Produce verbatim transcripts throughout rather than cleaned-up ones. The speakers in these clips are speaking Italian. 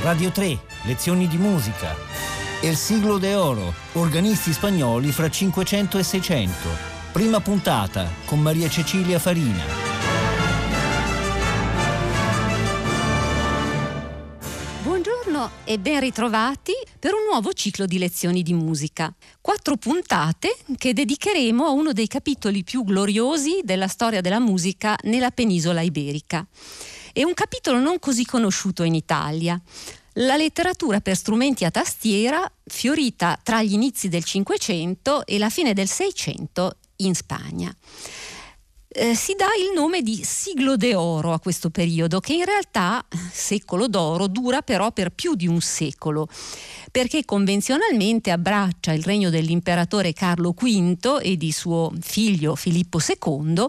Radio tre, lezioni di musica. El Siglo de Oro, organisti spagnoli fra cinquecento e seicento. Prima puntata con Maria Cecilia Farina. Buongiorno e ben ritrovati per un nuovo ciclo di lezioni di musica. Quattro puntate che dedicheremo a uno dei capitoli più gloriosi della storia della musica nella penisola iberica. È un capitolo non così conosciuto in Italia. La letteratura per strumenti a tastiera, fiorita tra gli inizi del Cinquecento e la fine del Seicento in Spagna. Eh, si dà il nome di Siglo de Oro a questo periodo, che in realtà, secolo d'oro, dura però per più di un secolo, perché convenzionalmente abbraccia il regno dell'imperatore Carlo Quinto e di suo figlio Filippo secondo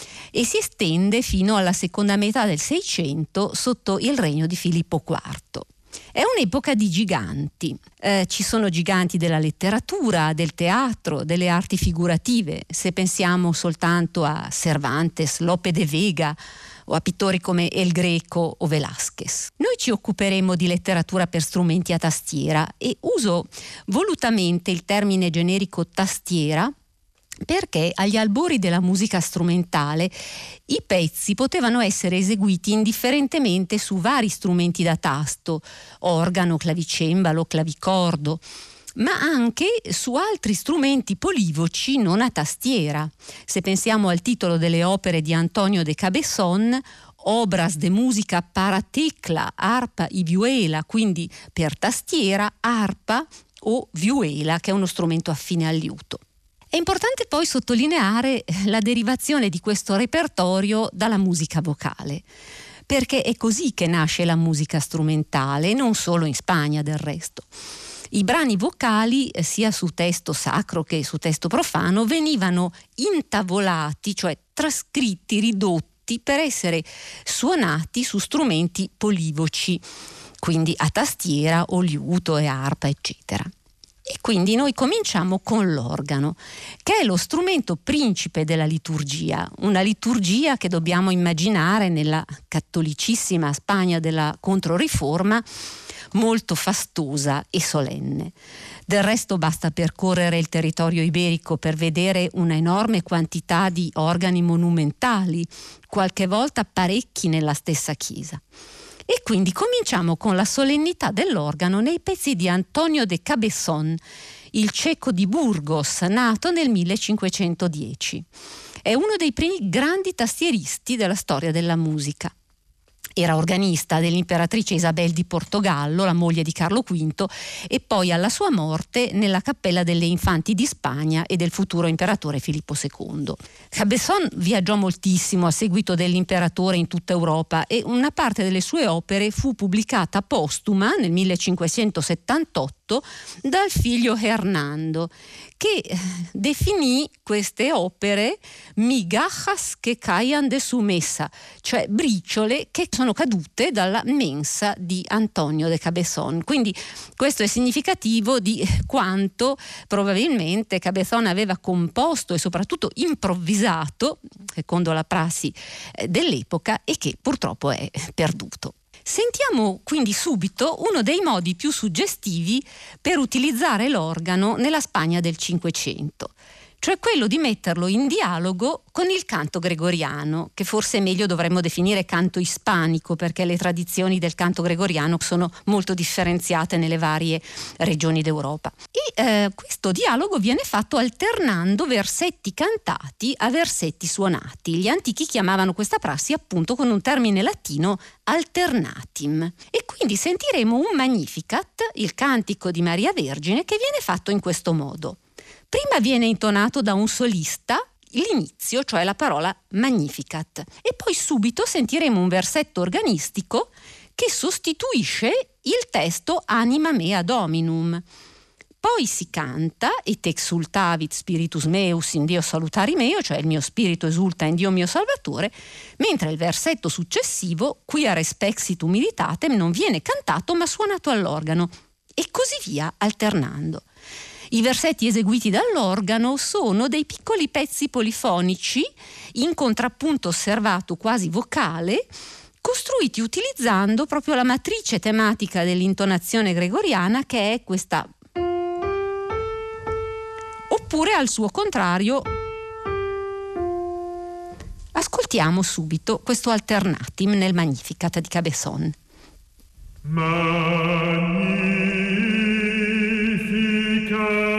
e si estende fino alla seconda metà del Seicento sotto il regno di Filippo quarto. È un'epoca di giganti. Eh, ci sono giganti della letteratura, del teatro, delle arti figurative. Se pensiamo soltanto a Cervantes, Lope de Vega o a pittori come El Greco o Velázquez. Noi ci occuperemo di letteratura per strumenti a tastiera e uso volutamente il termine generico tastiera perché agli albori della musica strumentale i pezzi potevano essere eseguiti indifferentemente su vari strumenti da tasto, organo, clavicembalo, clavicordo, ma anche su altri strumenti polivoci non a tastiera. Se pensiamo al titolo delle opere di Antonio de Cabezón, Obras de musica para tecla, arpa y vihuela, quindi per tastiera, arpa o vihuela, che è uno strumento affine al liuto. È importante poi sottolineare la derivazione di questo repertorio dalla musica vocale, perché è così che nasce la musica strumentale, non solo in Spagna del resto. I brani vocali, sia su testo sacro che su testo profano, venivano intavolati, cioè trascritti, ridotti per essere suonati su strumenti polivoci, quindi a tastiera o liuto e arpa, eccetera. E quindi noi cominciamo con l'organo, che è lo strumento principe della liturgia, una liturgia che dobbiamo immaginare nella cattolicissima Spagna della Controriforma, molto fastosa e solenne. Del resto basta percorrere il territorio iberico per vedere una enorme quantità di organi monumentali, qualche volta parecchi nella stessa chiesa. E quindi cominciamo con la solennità dell'organo nei pezzi di Antonio de Cabezón, il ceco di Burgos, nato nel millecinquecentodieci. È uno dei primi grandi tastieristi della storia della musica. Era organista dell'imperatrice Isabel di Portogallo, la moglie di Carlo Quinto, e poi alla sua morte nella cappella delle Infanti di Spagna e del futuro imperatore Filippo secondo. Cabezón viaggiò moltissimo a seguito dell'imperatore in tutta Europa e una parte delle sue opere fu pubblicata postuma nel millecinquecentosettantotto dal figlio Hernando, che definì queste opere migajas que caían de su mesa, cioè briciole che sono cadute dalla mensa di Antonio de Cabezón. Quindi questo è significativo di quanto probabilmente Cabezón aveva composto e soprattutto improvvisato, secondo la prassi dell'epoca, e che purtroppo è perduto. Sentiamo quindi subito uno dei modi più suggestivi per utilizzare l'organo nella Spagna del Cinquecento, cioè quello di metterlo in dialogo con il canto gregoriano, che forse meglio dovremmo definire canto ispanico, perché le tradizioni del canto gregoriano sono molto differenziate nelle varie regioni d'Europa. E eh, questo dialogo viene fatto alternando versetti cantati a versetti suonati. Gli antichi chiamavano questa prassi appunto con un termine latino alternatim. E quindi sentiremo un Magnificat, il cantico di Maria Vergine, che viene fatto in questo modo. Prima viene intonato da un solista l'inizio, cioè la parola Magnificat, e poi subito sentiremo un versetto organistico che sostituisce il testo Anima mea Dominum. Poi si canta et exultavit spiritus meus in Dio salutari meo, cioè il mio spirito esulta in Dio mio Salvatore, mentre il versetto successivo, quia respexit humilitatem, non viene cantato ma suonato all'organo, e così via alternando. I versetti eseguiti dall'organo sono dei piccoli pezzi polifonici in contrappunto osservato quasi vocale, costruiti utilizzando proprio la matrice tematica dell'intonazione gregoriana, che è questa, oppure al suo contrario. Ascoltiamo subito questo alternatim nel Magnificat di Cabezón. Magnificat.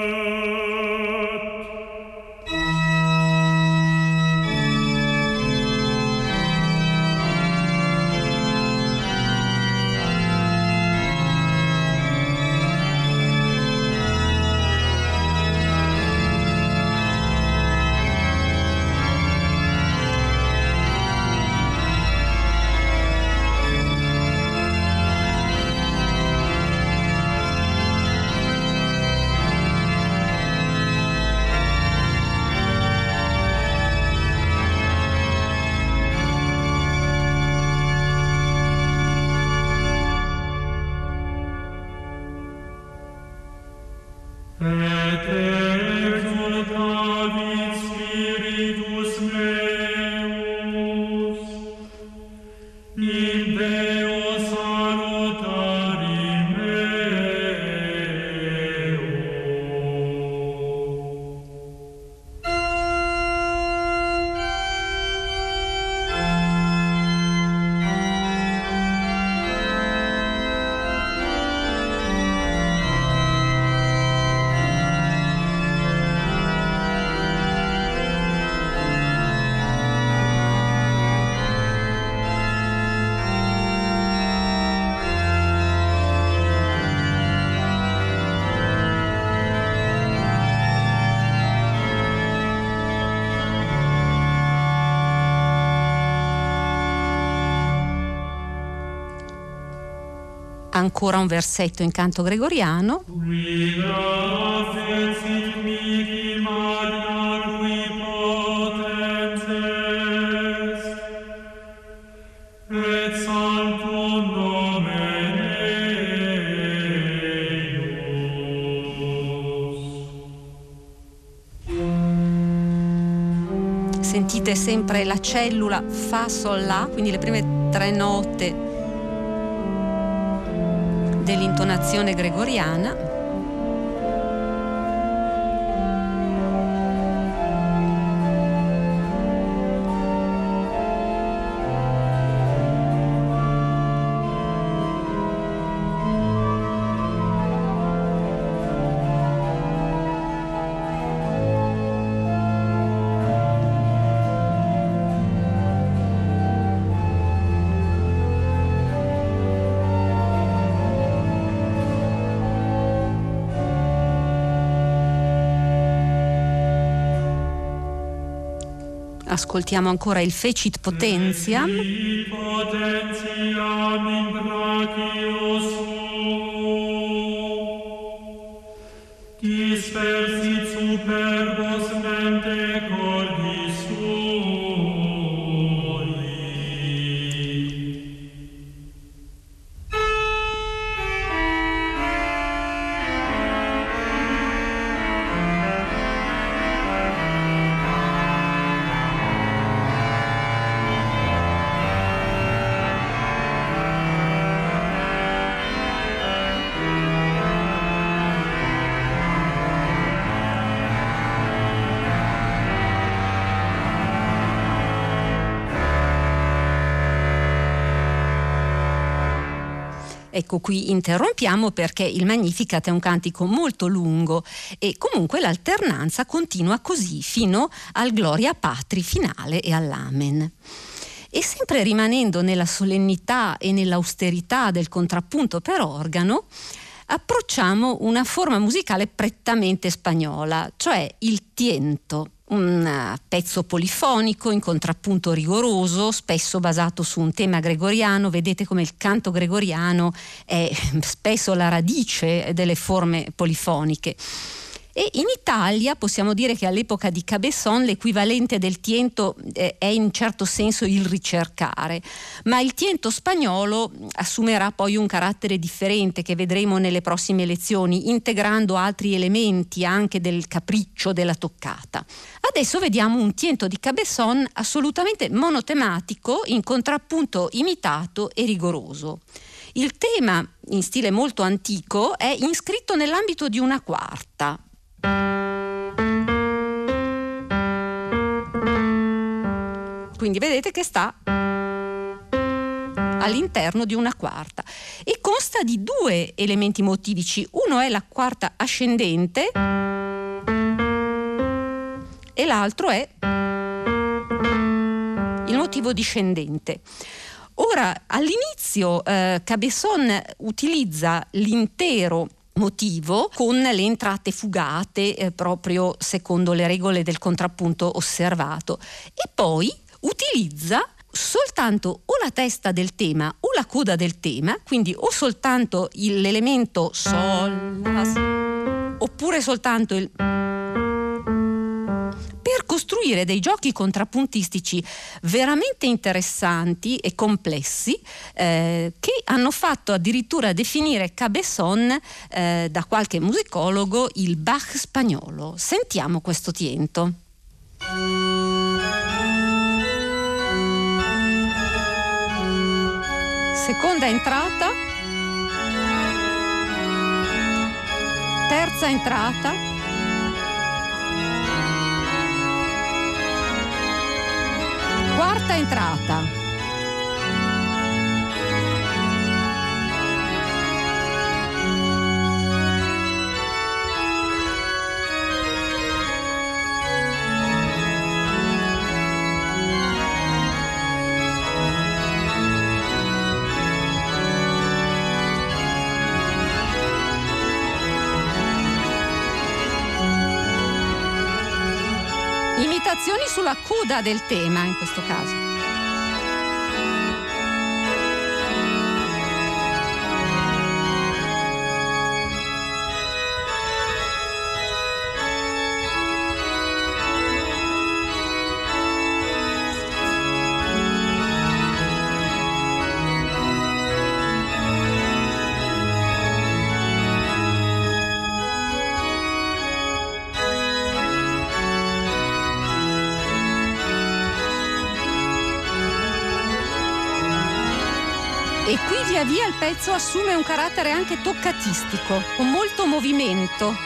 Ancora un versetto in canto gregoriano. Sentite sempre la cellula Fa Sol La, quindi le prime tre note dell'intonazione gregoriana. Ascoltiamo ancora il Fecit Potentiam. Dispersit superbos mente cordis sui. Ecco, qui interrompiamo perché il Magnificat è un cantico molto lungo e comunque l'alternanza continua così fino al Gloria Patri finale e all'Amen. E sempre rimanendo nella solennità e nell'austerità del contrappunto per organo, approcciamo una forma musicale prettamente spagnola, cioè il tiento, un pezzo polifonico in contrappunto rigoroso, spesso basato su un tema gregoriano. Vedete come il canto gregoriano è spesso la radice delle forme polifoniche. E in Italia possiamo dire che all'epoca di Cabezón l'equivalente del tiento eh, è in certo senso il ricercare, ma il tiento spagnolo assumerà poi un carattere differente che vedremo nelle prossime lezioni, integrando altri elementi anche del capriccio, della toccata. Adesso vediamo un tiento di Cabezón assolutamente monotematico, in contrappunto imitato e rigoroso. Il tema, in stile molto antico, è iscritto nell'ambito di una quarta. Quindi vedete che sta all'interno di una quarta e consta di due elementi motivici. Uno è la quarta ascendente e l'altro è il motivo discendente. Ora, all'inizio eh, Cabezón utilizza l'intero motivo con le entrate fugate eh, proprio secondo le regole del contrappunto osservato, e poi utilizza soltanto o la testa del tema o la coda del tema, quindi o soltanto il, l'elemento sol, la, si, oppure soltanto il, per costruire dei giochi contrappuntistici veramente interessanti e complessi eh, che hanno fatto addirittura definire Cabezón eh, da qualche musicologo il Bach spagnolo. Sentiamo questo tiento. Seconda entrata, terza entrata, quarta entrata. Imitazioni sulla coda del tema in questo caso. E qui via via il pezzo assume un carattere anche toccatistico, con molto movimento.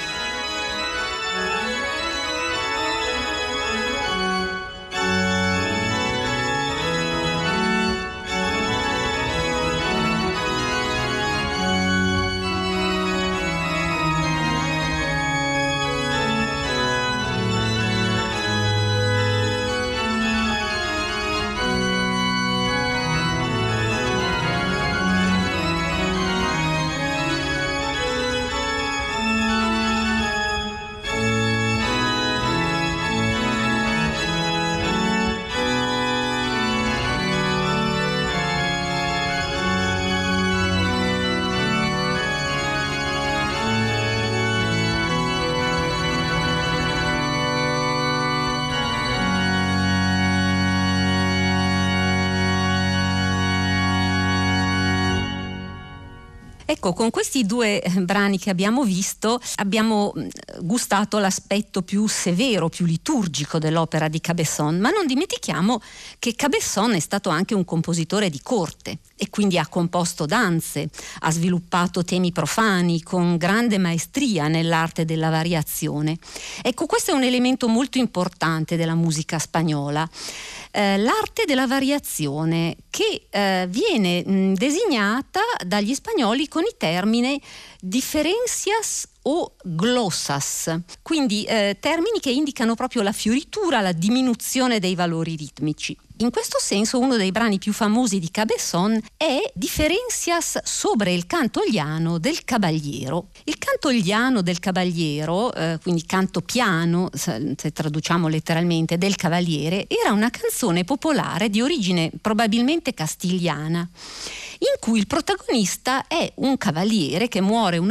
Ecco, con questi due brani che abbiamo visto abbiamo gustato l'aspetto più severo, più liturgico dell'opera di Cabezón, ma non dimentichiamo che Cabezón è stato anche un compositore di corte e quindi ha composto danze, ha sviluppato temi profani con grande maestria nell'arte della variazione. Ecco, questo è un elemento molto importante della musica spagnola. Eh, l'arte della variazione che eh, viene mh, designata dagli spagnoli con il termine differencias o glossas, quindi eh, termini che indicano proprio la fioritura, la diminuzione dei valori ritmici. In questo senso uno dei brani più famosi di Cabezón è Diferencias sobre il canto llano del Caballero. Il canto llano del Caballero, eh, quindi canto piano, se, se traduciamo letteralmente, del Cavaliere, era una canzone popolare di origine probabilmente castigliana, in cui il protagonista è un cavaliere che muore una notte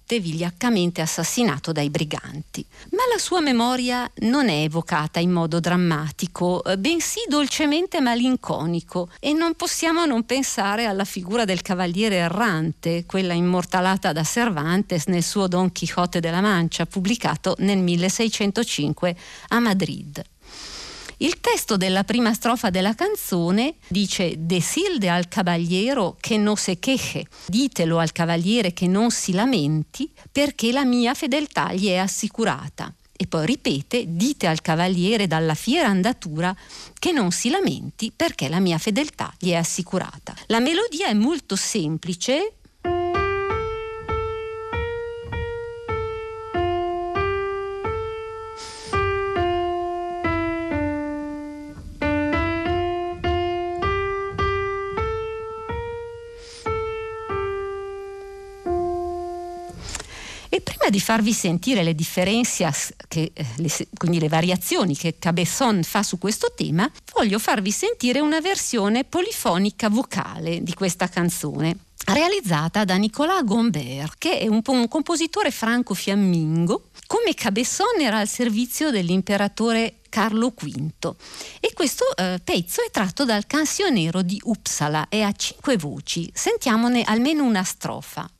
notte vigliaccamente assassinato dai briganti. Ma la sua memoria non è evocata in modo drammatico, bensì dolcemente malinconico, e non possiamo non pensare alla figura del cavaliere errante, quella immortalata da Cervantes nel suo Don Quixote de la Mancha, pubblicato nel milleseicentocinque a Madrid. Il testo della prima strofa della canzone dice: «Decilde al caballero che no se queje», ditelo al cavaliere che non si lamenti, perché la mia fedeltà gli è assicurata. E poi ripete: «Dite al cavaliere dalla fiera andatura che non si lamenti, perché la mia fedeltà gli è assicurata». La melodia è molto semplice. E prima di farvi sentire le differenzias, che, le, quindi le variazioni che Cabezón fa su questo tema, voglio farvi sentire una versione polifonica vocale di questa canzone, realizzata da Nicolas Gombert, che è un, un compositore franco-fiammingo. Come Cabezón era al servizio dell'imperatore Carlo quinto, e questo eh, pezzo è tratto dal Cancionero di Uppsala, è a cinque voci. Sentiamone almeno una strofa.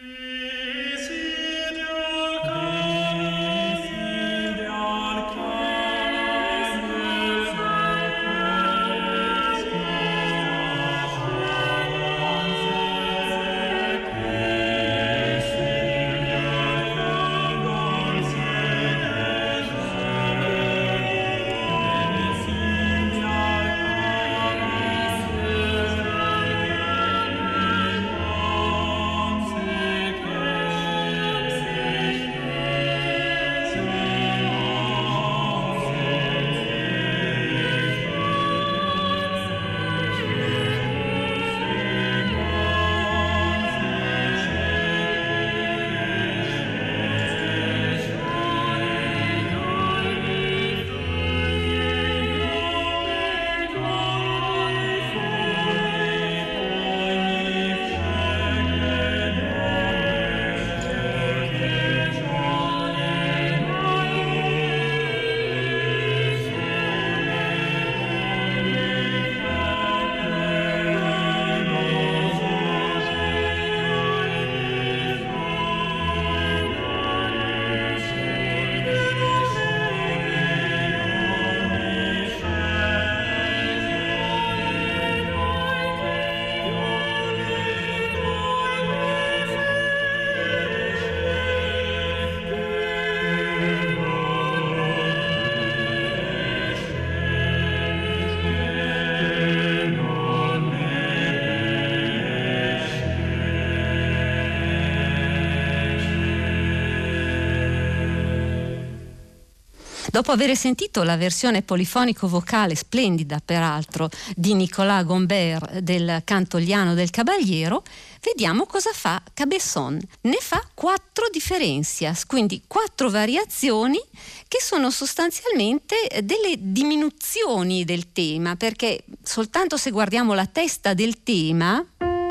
Dopo aver sentito la versione polifonico-vocale, splendida peraltro, di Nicolas Gombert del Cantogliano del Caballero, vediamo cosa fa Cabezón. Ne fa quattro differenzias, quindi quattro variazioni che sono sostanzialmente delle diminuzioni del tema, perché soltanto se guardiamo la testa del tema,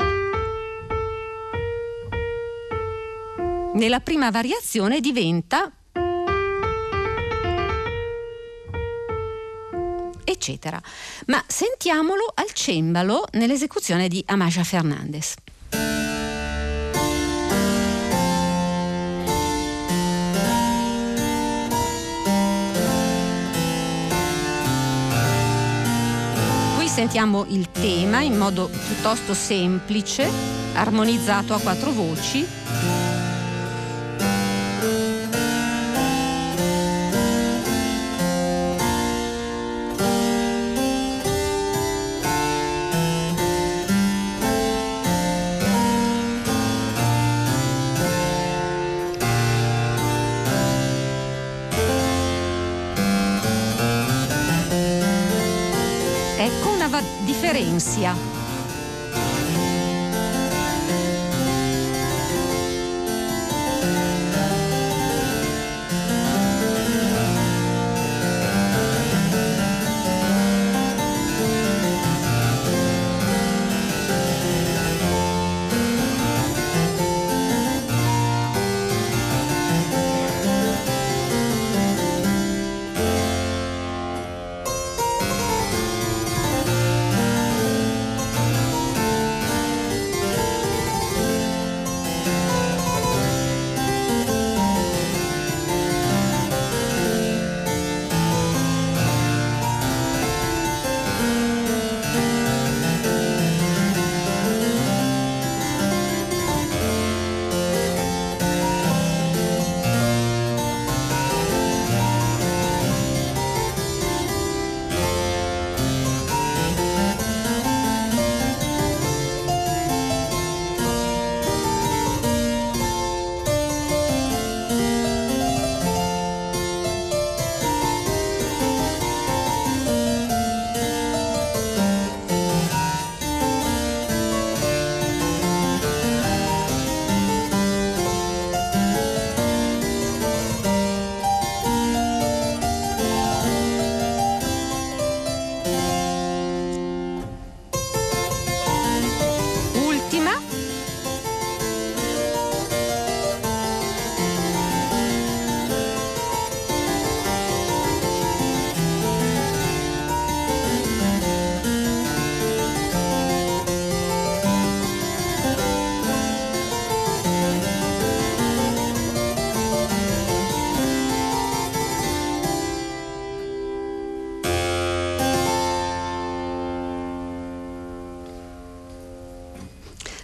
nella prima variazione diventa eccetera. Ma sentiamolo al cembalo nell'esecuzione di Amaia Fernández. Qui sentiamo il tema in modo piuttosto semplice, armonizzato a quattro voci. Ecco una va- differenzia.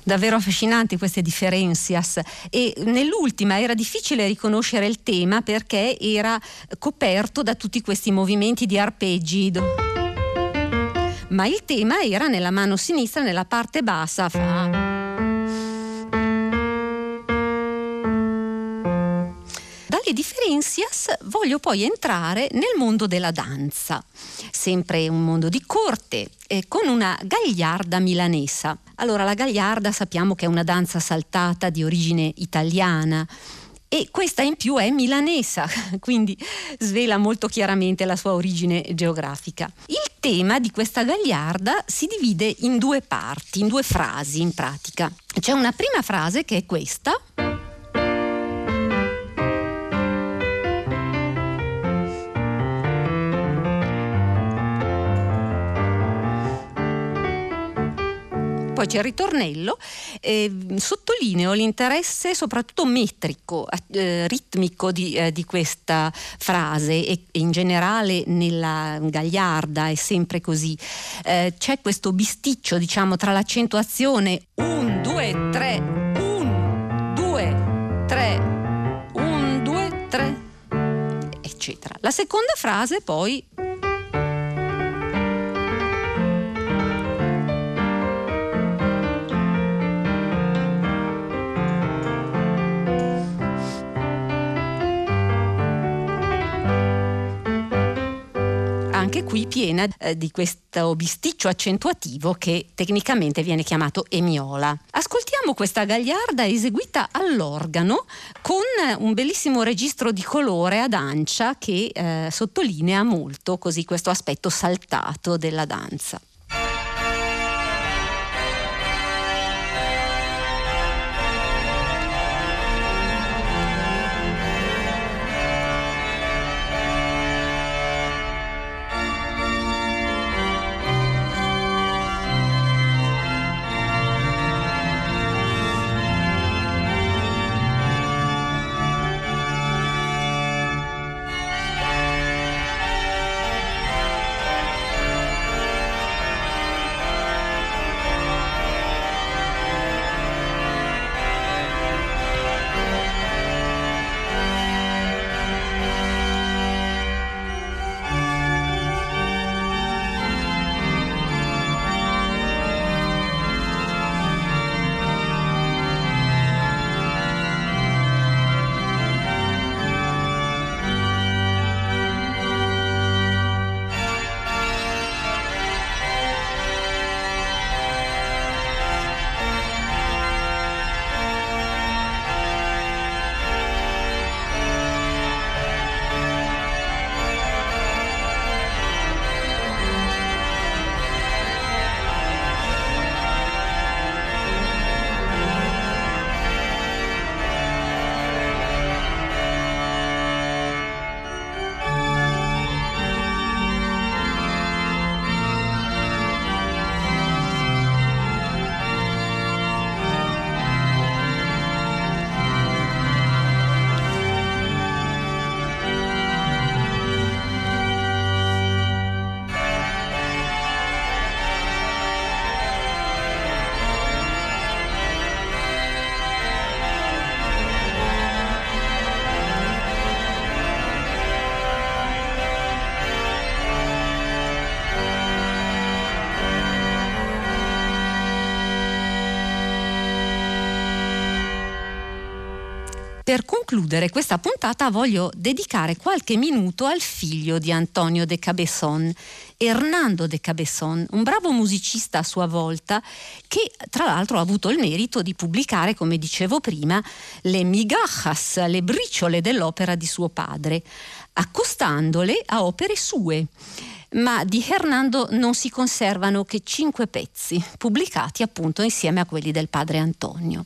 Davvero affascinanti queste differenzias, e nell'ultima era difficile riconoscere il tema perché era coperto da tutti questi movimenti di arpeggi, ma il tema era nella mano sinistra, nella parte bassa. Fa. Dalle differenzias voglio poi entrare nel mondo della danza, sempre un mondo di corte, eh, con una gagliarda milanesa. Allora, la gagliarda sappiamo che è una danza saltata di origine italiana, e questa in più è milanesa, quindi svela molto chiaramente la sua origine geografica. Il tema di questa gagliarda si divide in due parti, in due frasi in pratica. C'è una prima frase che è questa. Poi c'è il ritornello, eh, sottolineo l'interesse soprattutto metrico, eh, ritmico di, eh, di questa frase, e, e in generale nella gagliarda è sempre così. Eh, c'è questo bisticcio, diciamo, tra l'accentuazione un, due, tre, un, due, tre, un, due, tre, eccetera. La seconda frase poi anche qui piena eh, di questo bisticcio accentuativo che tecnicamente viene chiamato emiola. Ascoltiamo questa gagliarda eseguita all'organo con un bellissimo registro di colore ad ancia che eh, sottolinea molto così questo aspetto saltato della danza. Per concludere questa puntata voglio dedicare qualche minuto al figlio di Antonio de Cabezón, Hernando de Cabezón, un bravo musicista a sua volta che tra l'altro ha avuto il merito di pubblicare, come dicevo prima, le migajas, le briciole dell'opera di suo padre, accostandole a opere sue. Ma di Hernando non si conservano che cinque pezzi, pubblicati appunto insieme a quelli del padre Antonio.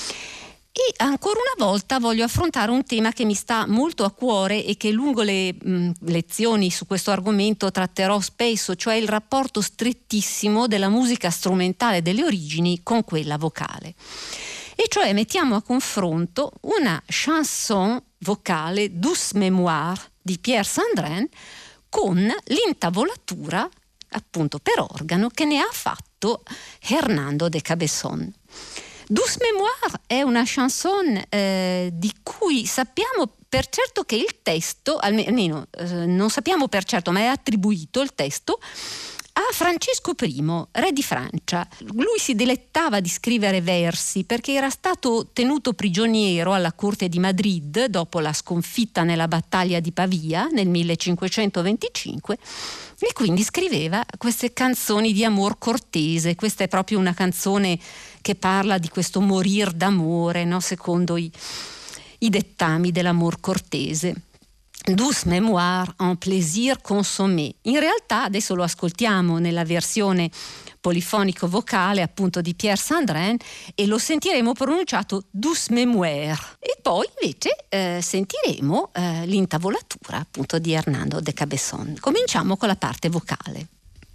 E ancora una volta voglio affrontare un tema che mi sta molto a cuore e che lungo le mh, lezioni su questo argomento tratterò spesso, cioè il rapporto strettissimo della musica strumentale delle origini con quella vocale. E cioè mettiamo a confronto una chanson vocale douce mémoire di Pierre Sandrin con l'intavolatura appunto per organo che ne ha fatto Hernando de Cabezón. Douce Mémoire è una chanson eh, di cui sappiamo per certo che il testo, almeno eh, non sappiamo per certo, ma è attribuito il testo a Francesco I, re di Francia. Lui si dilettava di scrivere versi perché era stato tenuto prigioniero alla corte di Madrid dopo la sconfitta nella battaglia di Pavia nel millecinquecentoventicinque, e quindi scriveva queste canzoni di amor cortese. Questa è proprio una canzone che parla di questo morir d'amore, no? Secondo i, i dettami dell'amor cortese. Douce Mémoire, un plaisir consommé. In realtà adesso lo ascoltiamo nella versione polifonico-vocale appunto di Pierre Sandrin e lo sentiremo pronunciato Douce Mémoire. E poi invece eh, sentiremo eh, l'intavolatura appunto di Hernando de Cabezón. Cominciamo con la parte vocale.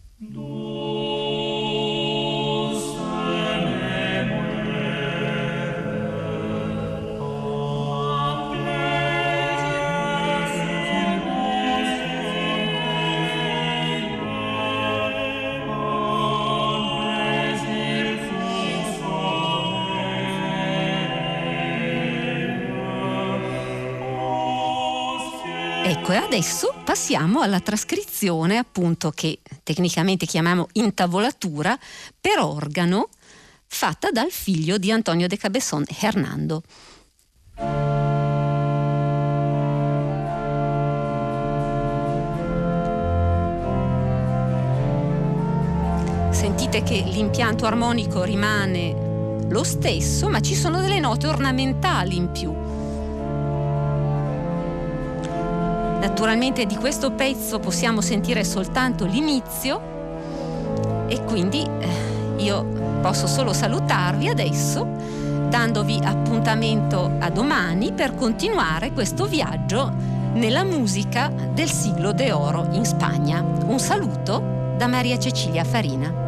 Ecco, e adesso passiamo alla trascrizione, appunto, che tecnicamente chiamiamo intavolatura per organo, fatta dal figlio di Antonio de Cabezón, Hernando. Sentite che l'impianto armonico rimane lo stesso, ma ci sono delle note ornamentali in più. Naturalmente di questo pezzo possiamo sentire soltanto l'inizio e quindi eh, io posso solo salutarvi adesso, dandovi appuntamento a domani per continuare questo viaggio nella musica del siglo d'oro in Spagna. Un saluto da Maria Cecilia Farina.